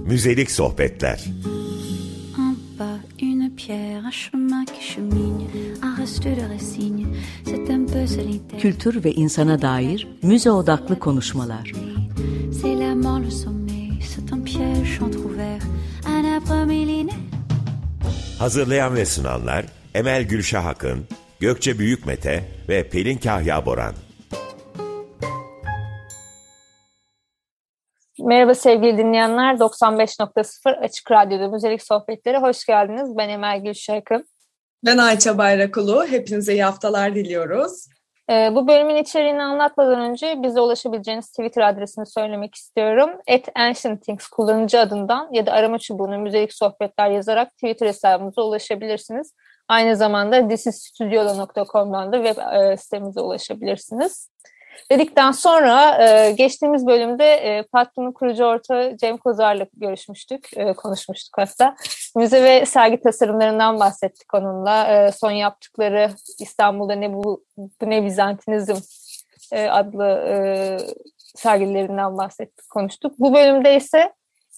Müzelik sohbetler. En bas une pierre, un chemin qui chemine, un reste de racine, c'est un peu solitaire. Kültür ve insana dair müze odaklı konuşmalar. C'est la mort, le sommeil, c'est un piège entrouvert, un arbre millénaire. Hazırlayan ve sunanlar Emel Gülşah Akın, Gökçe Büyükmete ve Pelin Kahya Boran. Merhaba sevgili dinleyenler, 95.0 Açık Radyo'da Müzelik Sohbetleri hoş geldiniz. Ben Emel Gülşah Akın. Ben Ayça Bayrakulu. Hepinize iyi haftalar diliyoruz. Bu bölümün içeriğini anlatmadan önce bize ulaşabileceğiniz Twitter adresini söylemek istiyorum. @ancientthings kullanıcı adından ya da arama çubuğuna Müzelik Sohbetler yazarak Twitter hesabımıza ulaşabilirsiniz. Aynı zamanda thisisstudiola.com'dan da web sitemize ulaşabilirsiniz. Dedikten sonra geçtiğimiz bölümde Patron'un kurucu ortağı Cem Kozar'la görüşmüştük, konuşmuştuk hatta. Müze ve sergi tasarımlarından bahsettik onunla. Son yaptıkları İstanbul'da bu ne Bizantinizm adlı sergilerinden bahsettik, konuştuk. Bu bölümde ise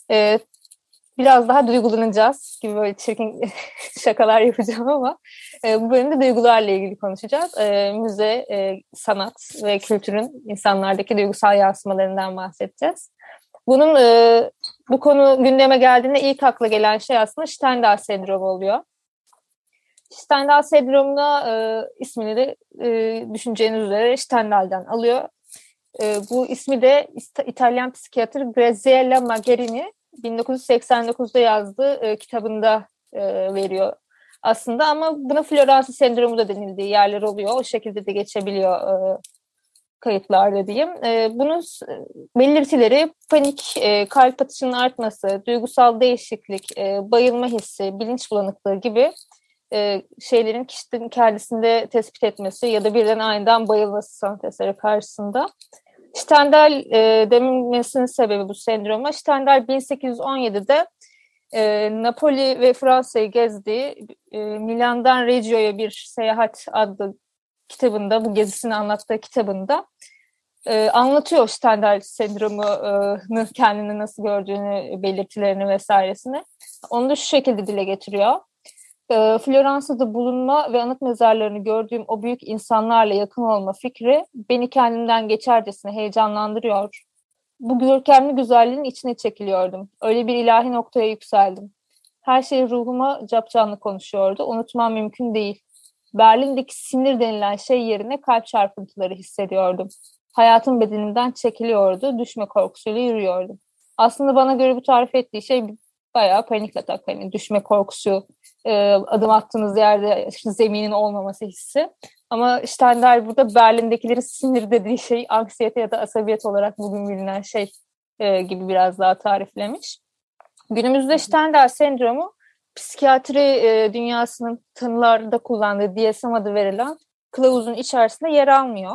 biraz daha duygulanacağız gibi böyle çirkin şakalar yapacağım ama bu bölümde duygularla ilgili konuşacağız. Müze, sanat ve kültürün insanlardaki duygusal yansımalarından bahsedeceğiz. Bu konu gündeme geldiğinde ilk akla gelen şey aslında Stendhal sendromu oluyor. Stendhal sendromuna ismini de düşüneceğiniz üzere Stendhal'den alıyor. Bu ismi de İtalyan psikiyatr Graziella Magherini 1989'da yazdığı kitabında veriyor aslında, ama buna Floransa sendromu da denildiği yerler oluyor. O şekilde de geçebiliyor kayıtlarda diyeyim. Bunun belirtileri panik, kalp atışının artması, duygusal değişiklik, bayılma hissi, bilinç bulanıklığı gibi şeylerin kişinin kendisinde tespit etmesi ya da birden aniden bayılması sanat eseri karşısında. Stendhal denilmesinin sebebi bu sendroma. Stendhal 1817'de Napoli ve Fransa'yı gezdiği Milan'dan Reggio'ya bir seyahat adlı kitabında, bu gezisini anlattığı kitabında anlatıyor Stendhal sendromunu, kendini nasıl gördüğünü, belirtilerini vesairesini. Onu da şu şekilde dile getiriyor. Floransa'da bulunma ve anıt mezarlarını gördüğüm o büyük insanlarla yakın olma fikri beni kendimden geçercesine heyecanlandırıyor. Bu görkemli güzelliğin içine çekiliyordum. Öyle bir ilahi noktaya yükseldim. Her şey ruhuma capcanlı konuşuyordu. Unutmam mümkün değil. Berlin'deki sinir denilen şey yerine kalp çarpıntıları hissediyordum. Hayatım bedenimden çekiliyordu. Düşme korkusuyla yürüyordum. Aslında bana göre bu tarif ettiği şey bayağı panik atak. Hani düşme korkusu, adım attığınız yerde zeminin olmaması hissi. Ama Stendhal burada Berlin'dekileri sinir dediği şey anksiyete ya da asabiyet olarak bugün bilinen şey gibi biraz daha tariflemiş. Günümüzde Stendhal sendromu psikiyatri dünyasının tanılarda kullandığı DSM adı verilen kılavuzun içerisinde yer almıyor.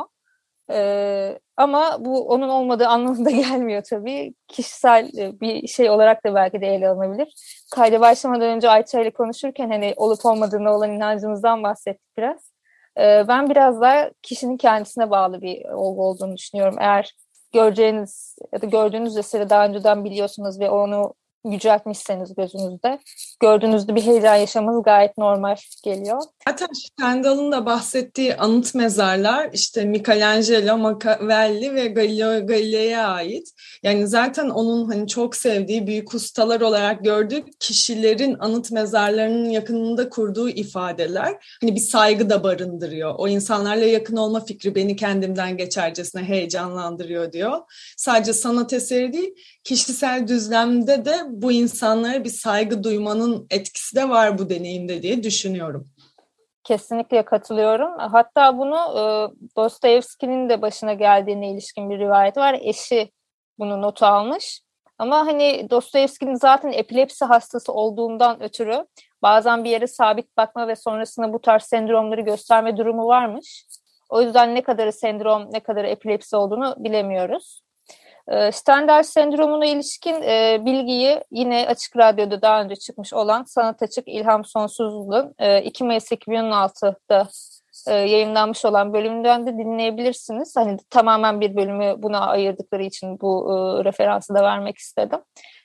Ama bu onun olmadığı anlamına gelmiyor tabii. Kişisel bir şey olarak da belki de ele alınabilir. Kayda başlamadan önce Ayça ile konuşurken hani olup olmadığına olan inancımızdan bahsettik biraz. Ben biraz daha kişinin kendisine bağlı bir olgu olduğunu düşünüyorum. Eğer göreceğiniz ya da gördüğünüz eseri daha önceden biliyorsunuz ve onu yüceltmişseniz gözünüzde, gördüğünüzde bir heyecan yaşamanız gayet normal geliyor. Zaten Stendhal'ın da bahsettiği anıt mezarlar işte Michelangelo, Machiavelli ve Galileo Galilei'ye ait. Yani zaten onun hani çok sevdiği büyük ustalar olarak gördüğü kişilerin anıt mezarlarının yakınında kurduğu ifadeler hani bir saygı da barındırıyor. O insanlarla yakın olma fikri beni kendimden geçercesine heyecanlandırıyor diyor. Sadece sanat eseri değil, kişisel düzlemde de bu insanlara bir saygı duymanın etkisi de var bu deneyimde diye düşünüyorum. Kesinlikle katılıyorum. Hatta bunu Dostoyevski'nin de başına geldiğine ilişkin bir rivayet var. Eşi bunu not almış. Ama hani Dostoyevski'nin zaten epilepsi hastası olduğundan ötürü bazen bir yere sabit bakma ve sonrasında bu tarz sendromları gösterme durumu varmış. O yüzden ne kadarı sendrom, ne kadarı epilepsi olduğunu bilemiyoruz. Stendhal sendromuna ilişkin bilgiyi yine Açık Radyo'da daha önce çıkmış olan Sanat Açık İlham Sonsuzluğun 2 Mayıs 2016'da yayınlanmış olan bölümünden de dinleyebilirsiniz. Hani tamamen bir bölümü buna ayırdıkları için bu referansı da vermek istedim.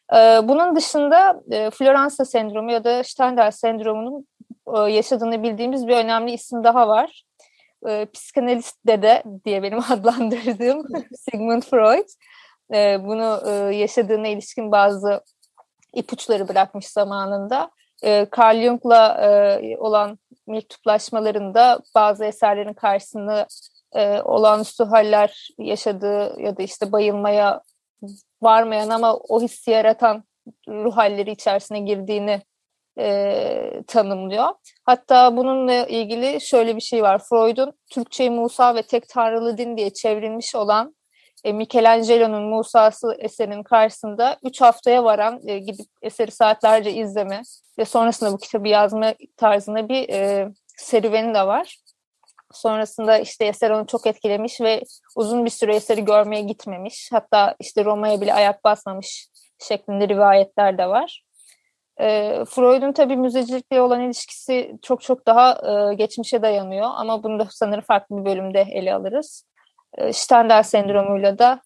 Bunun dışında Floransa sendromu ya da Stendhal sendromunun yaşadığını bildiğimiz bir önemli isim daha var. Psikanalist dede diye benim adlandırdığım Sigmund Freud. Bunu yaşadığına ilişkin bazı ipuçları bırakmış zamanında. Carl Jung'la olan mektuplaşmalarında bazı eserlerin karşısında olağanüstü haller yaşadığı ya da işte bayılmaya varmayan ama o hissi yaratan ruh halleri içerisine girdiğini tanımlıyor. Hatta bununla ilgili şöyle bir şey var. Freud'un Türkçe Musa ve Tek Tanrılı Din diye çevrilmiş olan Michelangelo'nun Musa'sı eserinin karşısında 3 haftaya varan gidip eseri saatlerce izleme ve sonrasında bu kitabı yazma tarzında bir serüveni de var. Sonrasında işte eser onu çok etkilemiş ve uzun bir süre eseri görmeye gitmemiş. Hatta işte Roma'ya bile ayak basmamış şeklinde rivayetler de var. Freud'un tabii müzecilikle olan ilişkisi çok çok daha geçmişe dayanıyor ama bunu da sanırım farklı bir bölümde ele alırız. Stendhal sendromuyla da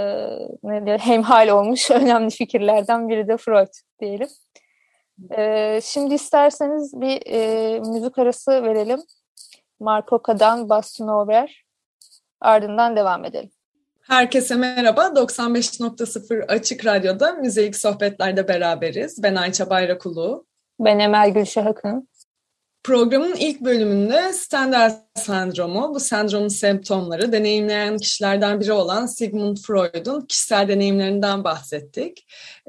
hemhal olmuş önemli fikirlerden biri de Freud diyelim. Şimdi isterseniz bir müzik arası verelim. Mark Oka'dan Boston Over, ardından devam edelim. Herkese merhaba. 95.0 Açık Radyo'da Müzelik Sohbetler'de beraberiz. Ben Ayça Bayrakulu. Ben Emel Gülşah Akın. Programın ilk bölümünde Stendhal sendromu, bu sendromun semptomları, deneyimleyen kişilerden biri olan Sigmund Freud'un kişisel deneyimlerinden bahsettik.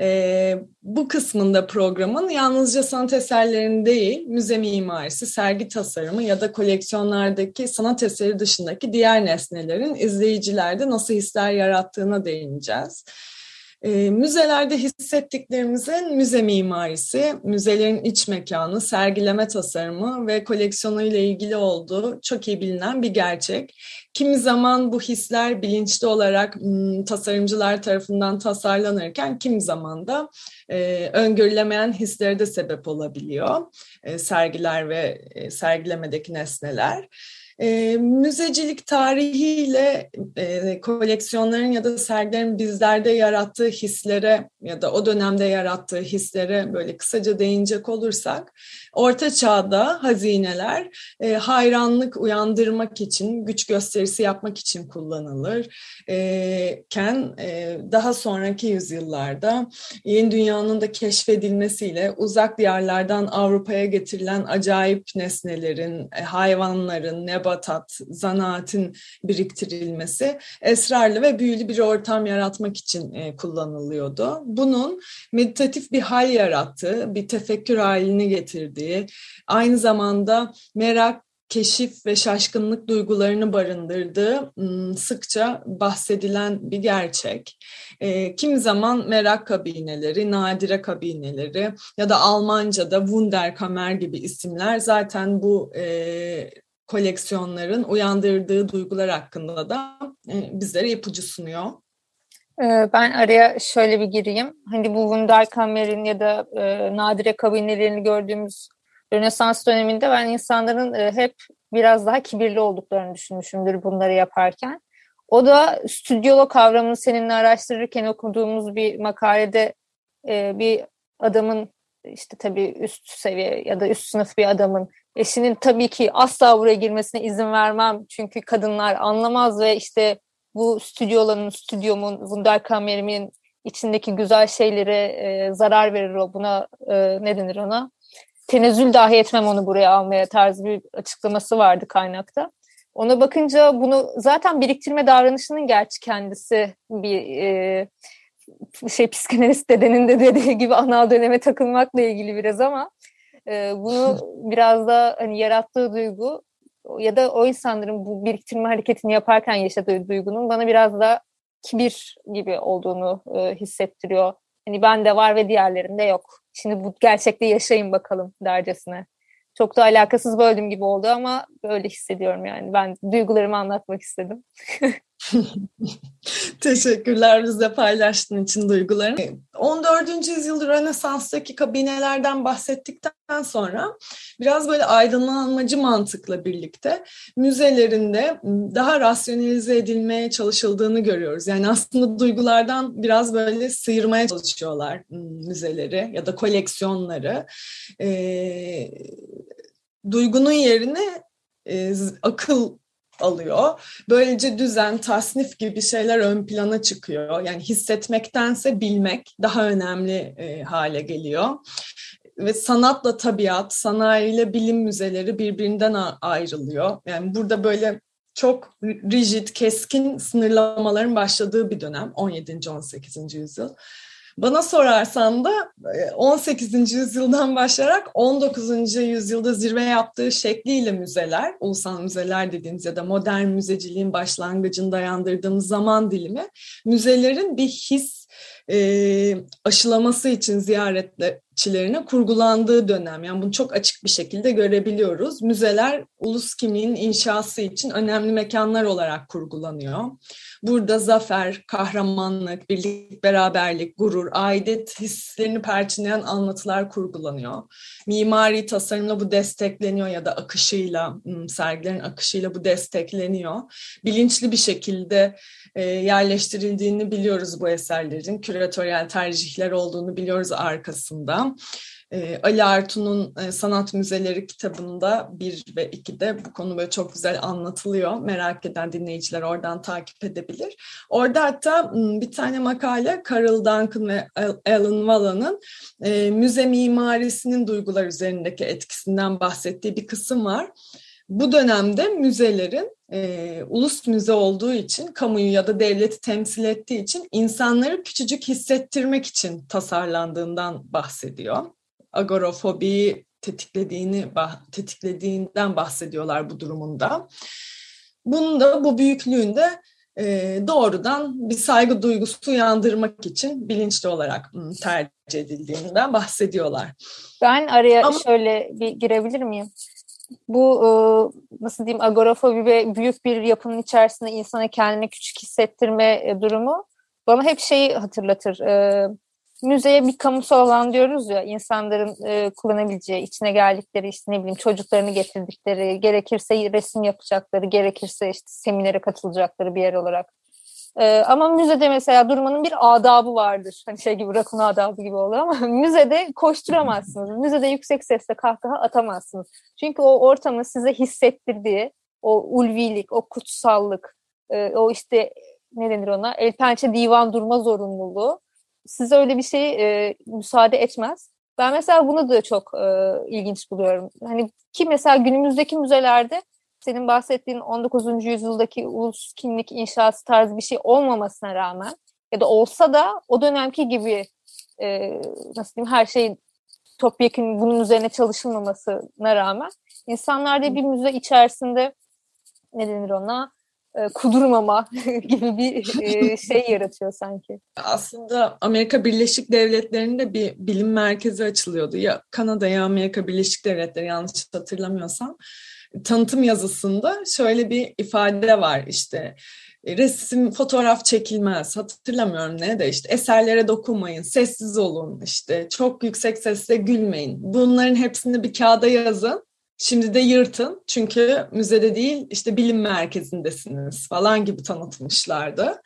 Bu kısmında programın yalnızca sanat eserlerini değil, müze mimarisi, sergi tasarımı ya da koleksiyonlardaki sanat eseri dışındaki diğer nesnelerin izleyicilerde nasıl hisler yarattığına değineceğiz. Müzelerde hissettiklerimizin müze mimarisi, müzelerin iç mekanı, sergileme tasarımı ve koleksiyonuyla ilgili olduğu çok iyi bilinen bir gerçek. Kimi zaman bu hisler bilinçli olarak tasarımcılar tarafından tasarlanırken kimi zaman da öngörülemeyen hislere de sebep olabiliyor sergiler ve sergilemedeki nesneler. Müzecilik tarihiyle koleksiyonların ya da sergilerin bizlerde yarattığı hislere ya da o dönemde yarattığı hislere böyle kısaca değinecek olursak, Orta Çağ'da hazineler hayranlık uyandırmak için, güç gösterisi yapmak için kullanılırken daha sonraki yüzyıllarda yeni dünyanın da keşfedilmesiyle uzak diyarlardan Avrupa'ya getirilen acayip nesnelerin, hayvanların, nebatat, zanaatin biriktirilmesi esrarlı ve büyülü bir ortam yaratmak için kullanılıyordu. Bunun meditatif bir hal yarattığı, bir tefekkür halini getirdiği, aynı zamanda merak, keşif ve şaşkınlık duygularını barındırdığı sıkça bahsedilen bir gerçek. Kimi zaman merak kabineleri, nadire kabineleri ya da Almanca'da Wunderkammer gibi isimler zaten bu koleksiyonların uyandırdığı duygular hakkında da bizlere ipucu sunuyor. Ben araya şöyle bir gireyim. Hani bu Wunderkammer'in ya da nadire kabinelerini gördüğümüz Rönesans döneminde ben insanların hep biraz daha kibirli olduklarını düşünmüşümdür bunları yaparken. O da stüdyolo kavramını seninle araştırırken okuduğumuz bir makalede bir adamın işte tabii üst seviye ya da üst sınıf bir adamın eşinin tabii ki asla buraya girmesine izin vermem çünkü kadınlar anlamaz ve işte bu stüdyomun, Wunderkammer'imin içindeki güzel şeylere zarar verir o. Buna ne denir ona? Tenezzül dahi etmem onu buraya almaya tarzı bir açıklaması vardı kaynakta. Ona bakınca bunu zaten biriktirme davranışının gerçi kendisi bir psikanalist dedenin de dediği gibi anal döneme takılmakla ilgili biraz ama bunu biraz da hani yarattığı duygu ya da o insanların bu biriktirme hareketini yaparken yaşadığı duygunun bana biraz da kibir gibi olduğunu hissettiriyor. Hani bende var ve diğerlerinde yok. Şimdi bu gerçekte yaşayın bakalım dercesine Çok da alakasız böldüğüm gibi oldu ama böyle hissediyorum yani. Ben duygularımı anlatmak istedim. Teşekkürler bize paylaştığın için duygularını. 14. yüzyıl Rönesans'taki kabinelerden bahsettikten sonra biraz böyle aydınlanmacı mantıkla birlikte müzelerinde daha rasyonelize edilmeye çalışıldığını görüyoruz. Yani aslında duygulardan biraz böyle sıyırmaya çalışıyorlar müzeleri ya da koleksiyonları. Duygunun yerine akıl alıyor. Böylece düzen, tasnif gibi şeyler ön plana çıkıyor. Yani hissetmektense bilmek daha önemli hale geliyor. Ve sanatla tabiat, sanayiyle bilim müzeleri birbirinden ayrılıyor. Yani burada böyle çok rigid, keskin sınırlamaların başladığı bir dönem 17. 18. yüzyıl. Bana sorarsan da 18. yüzyıldan başlayarak 19. yüzyılda zirve yaptığı şekliyle müzeler, ulusal müzeler dediğimiz ya da modern müzeciliğin başlangıcını dayandırdığımız zaman dilimi, müzelerin bir his aşılaması için ziyaretçilerine kurgulandığı dönem. Yani bunu çok açık bir şekilde görebiliyoruz. Müzeler ulus kimliğinin inşası için önemli mekanlar olarak kurgulanıyor. Burada zafer, kahramanlık, birlik, beraberlik, gurur, aidiyet hislerini perçinleyen anlatılar kurgulanıyor. Mimari tasarımla bu destekleniyor ya da akışıyla, sergilerin akışıyla bu destekleniyor. Bilinçli bir şekilde yerleştirildiğini biliyoruz bu eserlerin. Küratöryel tercihler olduğunu biliyoruz arkasında. Ali Artu'nun Sanat Müzeleri kitabında 1 ve 2'de bu konu böyle çok güzel anlatılıyor. Merak eden dinleyiciler oradan takip edebilir. Orada hatta bir tane makale Carol Duncan ve Alan Walla'nın müze mimarisinin duygular üzerindeki etkisinden bahsettiği bir kısım var. Bu dönemde müzelerin ulus müze olduğu için, kamuyu ya da devleti temsil ettiği için insanları küçücük hissettirmek için tasarlandığından bahsediyor. Agorafobiyi tetiklediğinden bahsediyorlar bu durumunda. Bunun da bu büyüklüğünde doğrudan bir saygı duygusu uyandırmak için bilinçli olarak tercih edildiğinden bahsediyorlar. Ben araya şöyle bir girebilir miyim? Bu nasıl diyeyim, agorafobi ve büyük bir yapının içerisinde insana kendini küçük hissettirme durumu bana hep şeyi hatırlatır. Müzeye bir kamusal alan diyoruz ya, insanların kullanabileceği, içine geldikleri, işte ne bileyim çocuklarını getirdikleri, gerekirse resim yapacakları, gerekirse işte seminere katılacakları bir yer olarak. Ama müzede mesela durmanın bir adabı vardır. Hani şey gibi, rakun adabı gibi olur ama müzede koşturamazsınız. Müzede yüksek sesle kahkaha atamazsınız. Çünkü o ortamı size hissettirdiği, o ulvilik, o kutsallık, o işte ne denir ona, el pençe divan durma zorunluluğu size öyle bir şey müsaade etmez. Ben mesela bunu da çok ilginç buluyorum. Hani ki mesela günümüzdeki müzelerde senin bahsettiğin 19. yüzyıldaki ulus kimlik inşası tarzı bir şey olmamasına rağmen ya da olsa da o dönemki gibi nasıl diyeyim, her şey topyekun bunun üzerine çalışılmamasına rağmen insanlarda bir müze içerisinde ne denir ona, kudurmama gibi bir şey yaratıyor sanki. Aslında Amerika Birleşik Devletleri'nde bir bilim merkezi açılıyordu. Ya Kanada ya Amerika Birleşik Devletleri, yanlış hatırlamıyorsam. Tanıtım yazısında şöyle bir ifade var, işte resim, fotoğraf çekilmez, hatırlamıyorum ne de, işte eserlere dokunmayın, sessiz olun, işte çok yüksek sesle gülmeyin. Bunların hepsini bir kağıda yazın. Şimdi de yırtın çünkü müzede değil işte bilim merkezindesiniz falan gibi tanıtmışlardı.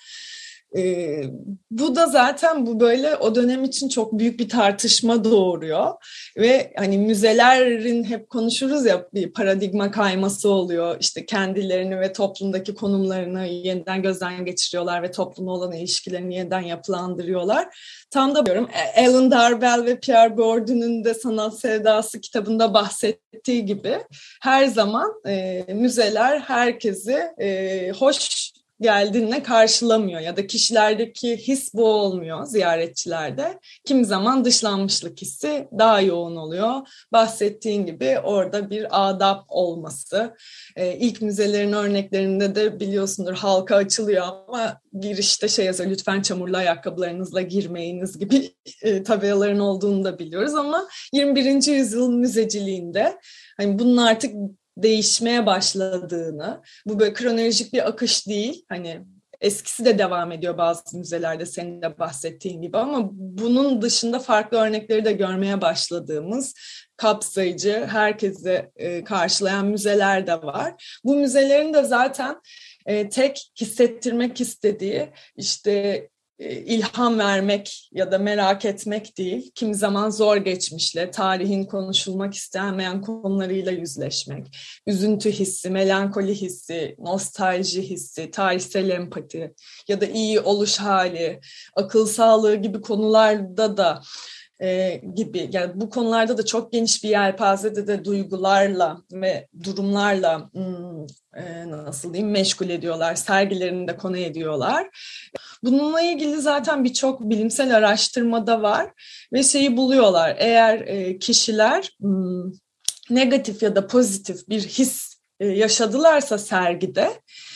Bu da zaten bu böyle o dönem için çok büyük bir tartışma doğuruyor ve hani müzelerin hep konuşuruz ya, bir paradigma kayması oluyor, işte kendilerini ve toplumdaki konumlarını yeniden gözden geçiriyorlar ve toplumla olan ilişkilerini yeniden yapılandırıyorlar. Tam da diyorum, Alan Darvell ve Pierre Bourdieu'nun de Sanat Sevdası kitabında bahsettiği gibi her zaman müzeler herkesi hoş geldiğinde karşılamıyor ya da kişilerdeki his bu olmuyor ziyaretçilerde. Kimi zaman dışlanmışlık hissi daha yoğun oluyor. Bahsettiğin gibi orada bir adap olması. İlk müzelerin örneklerinde de biliyorsundur halka açılıyor ama girişte yazıyor, lütfen çamurlu ayakkabılarınızla girmeyiniz gibi tabelaların olduğunu da biliyoruz ama 21. yüzyıl müzeciliğinde hani bunun artık değişmeye başladığını, bu böyle kronolojik bir akış değil, hani eskisi de devam ediyor bazı müzelerde senin de bahsettiğin gibi ama bunun dışında farklı örnekleri de görmeye başladığımız kapsayıcı, herkesi karşılayan müzeler de var. Bu müzelerin de zaten tek hissettirmek istediği işte ilham vermek ya da merak etmek değil, kimi zaman zor geçmişle, tarihin konuşulmak istenmeyen konularıyla yüzleşmek, üzüntü hissi, melankoli hissi, nostalji hissi, tarihsel empati ya da iyi oluş hali, akıl sağlığı gibi konularda da gibi, yani bu konularda da çok geniş bir yelpazede de duygularla ve durumlarla nasıl diyeyim meşgul ediyorlar, sergilerini de konu ediyorlar. Bununla ilgili zaten birçok bilimsel araştırmada var ve şeyi buluyorlar, eğer kişiler negatif ya da pozitif bir his yaşadılarsa sergide,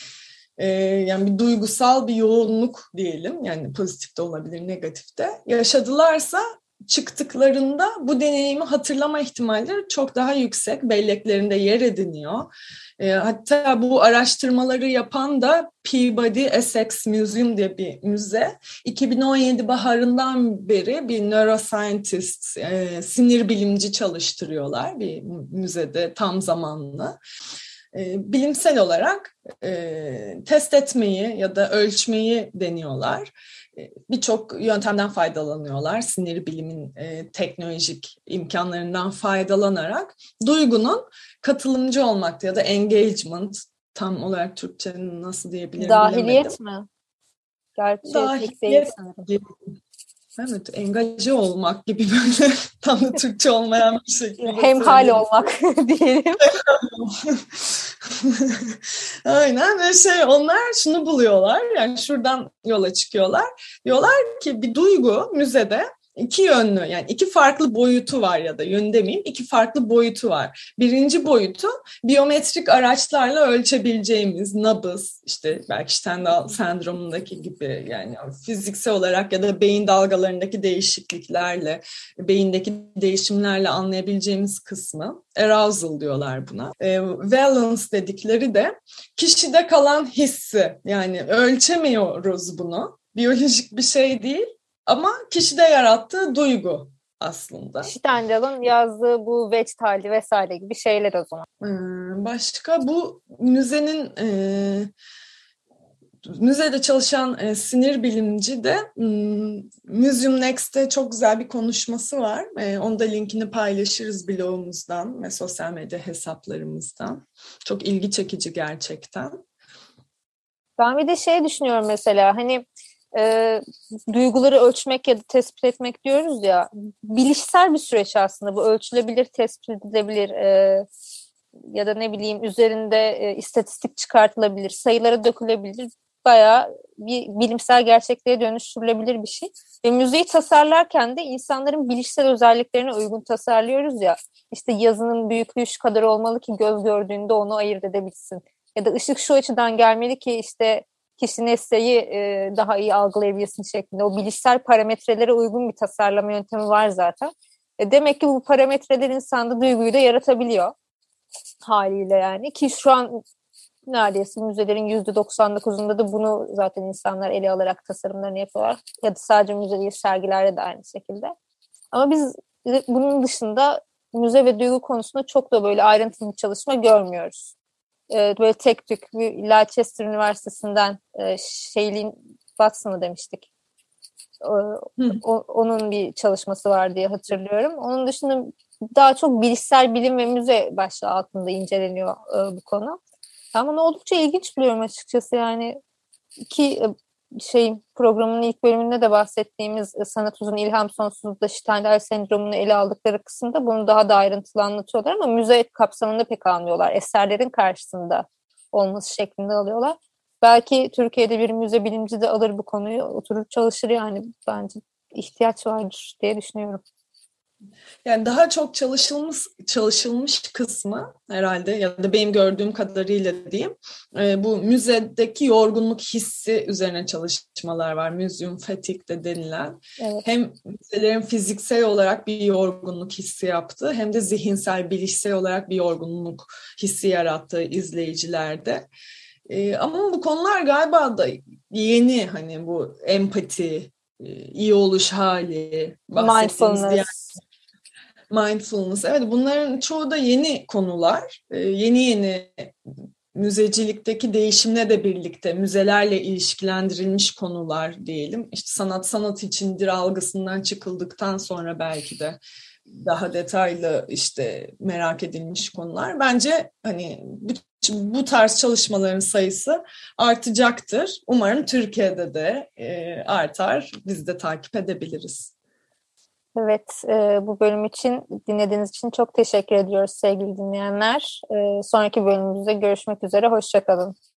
yani bir duygusal bir yoğunluk diyelim, yani pozitif de olabilir, negatif de yaşadılarsa çıktıklarında bu deneyimi hatırlama ihtimalleri çok daha yüksek, belleklerinde yer ediniyor. Hatta bu araştırmaları yapan da Peabody Essex Museum diye bir müze. 2017 baharından beri bir neuroscientist, sinir bilimci çalıştırıyorlar bir müzede tam zamanlı. Bilimsel olarak test etmeyi ya da ölçmeyi deniyorlar. Birçok yöntemden faydalanıyorlar. Sinir bilimin teknolojik imkanlarından faydalanarak duygunun katılımcı olmakta ya da engagement, tam olarak Türkçe'nin nasıl diyebilirim Dahiliyet bilemedim. mi? Gerçi pek değil sanırım. Evet, engaje olmak gibi böyle tam da Türkçe olmayan bir şekilde. Hemhal olmak diyelim. Aynen ve onlar şunu buluyorlar, yani şuradan yola çıkıyorlar. Diyorlar ki bir duygu müzede iki yönlü, yani iki farklı boyutu var ya da yön demeyeyim, iki farklı boyutu var. Birinci boyutu biyometrik araçlarla ölçebileceğimiz nabız, işte belki Stendhal sendromundaki gibi, yani fiziksel olarak ya da beyin dalgalarındaki değişikliklerle, beyindeki değişimlerle anlayabileceğimiz kısmı arousal diyorlar buna. Valence dedikleri de kişide kalan hissi, yani ölçemiyoruz bunu. Biyolojik bir şey değil. Ama kişide yarattığı duygu aslında. Stendhal'ın yazdığı bu veç hali vesaire gibi şeyler o zaman. Başka bu müzenin müzede çalışan sinir bilimci de Museum Next'te çok güzel bir konuşması var. Onu da linkini paylaşırız blogumuzdan ve sosyal medya hesaplarımızdan. Çok ilgi çekici gerçekten. Ben bir de düşünüyorum mesela, hani duyguları ölçmek ya da tespit etmek diyoruz ya, bilişsel bir süreç aslında bu, ölçülebilir, tespit edilebilir ya da ne bileyim üzerinde istatistik çıkartılabilir, sayılara dökülebilir, bayağı bir bilimsel gerçekliğe dönüştürülebilir bir şey. Ve müzeyi tasarlarken de insanların bilişsel özelliklerine uygun tasarlıyoruz ya, işte yazının büyüklüğü şu kadar olmalı ki göz gördüğünde onu ayırt edebilsin ya da ışık şu açıdan gelmeli ki işte kişi nesneyi daha iyi algılayabilsin şeklinde. O bilişsel parametrelere uygun bir tasarlama yöntemi var zaten. Demek ki bu parametreler insanda duyguyu da yaratabiliyor haliyle yani. Ki şu an neredeyse müzelerin %99'unda da bunu zaten insanlar ele alarak tasarımlarını yapıyorlar. Ya da sadece müze değil, sergilerde de aynı şekilde. Ama biz bunun dışında müze ve duygu konusunda çok da böyle ayrıntılı bir çalışma görmüyoruz. Böyle tek tük Leicester Üniversitesi'nden Shailene Watson'ı demiştik. Onun bir çalışması var diye hatırlıyorum. Onun dışında daha çok bilişsel bilim ve müze başlığı altında inceleniyor bu konu. Ama ne oldukça ilginç buluyorum açıkçası, yani programın ilk bölümünde de bahsettiğimiz Sanat Uzun İlham Sonsuz'da Stendhal sendromunu ele aldıkları kısımda bunu daha da ayrıntılı anlatıyorlar ama müze kapsamında pek almıyorlar. Eserlerin karşısında olması şeklinde alıyorlar. Belki Türkiye'de bir müze bilimci de alır bu konuyu, oturur çalışır yani. Bence ihtiyaç vardır diye düşünüyorum. Yani daha çok çalışılmış kısmı herhalde, ya da benim gördüğüm kadarıyla diyeyim, bu müzedeki yorgunluk hissi üzerine çalışmalar var. Museum fatigue de denilen. Evet. Hem müzelerin fiziksel olarak bir yorgunluk hissi yaptığı, hem de zihinsel, bilişsel olarak bir yorgunluk hissi yarattığı izleyicilerde. Ama bu konular galiba da yeni, hani bu empati, iyi oluş hali, bahsettiğimiz diğer Mindfulness. mindfulness. Evet, bunların çoğu da yeni konular. Yeni müzecilikteki değişimle de birlikte müzelerle ilişkilendirilmiş konular diyelim. İşte sanat içindir algısından çıkıldıktan sonra belki de daha detaylı işte merak edilmiş konular. Bence hani bu tarz çalışmaların sayısı artacaktır. Umarım Türkiye'de de artar. Biz de takip edebiliriz. Evet, bu bölüm için dinlediğiniz için çok teşekkür ediyoruz sevgili dinleyenler. Sonraki bölümümüzde görüşmek üzere, hoşça kalın.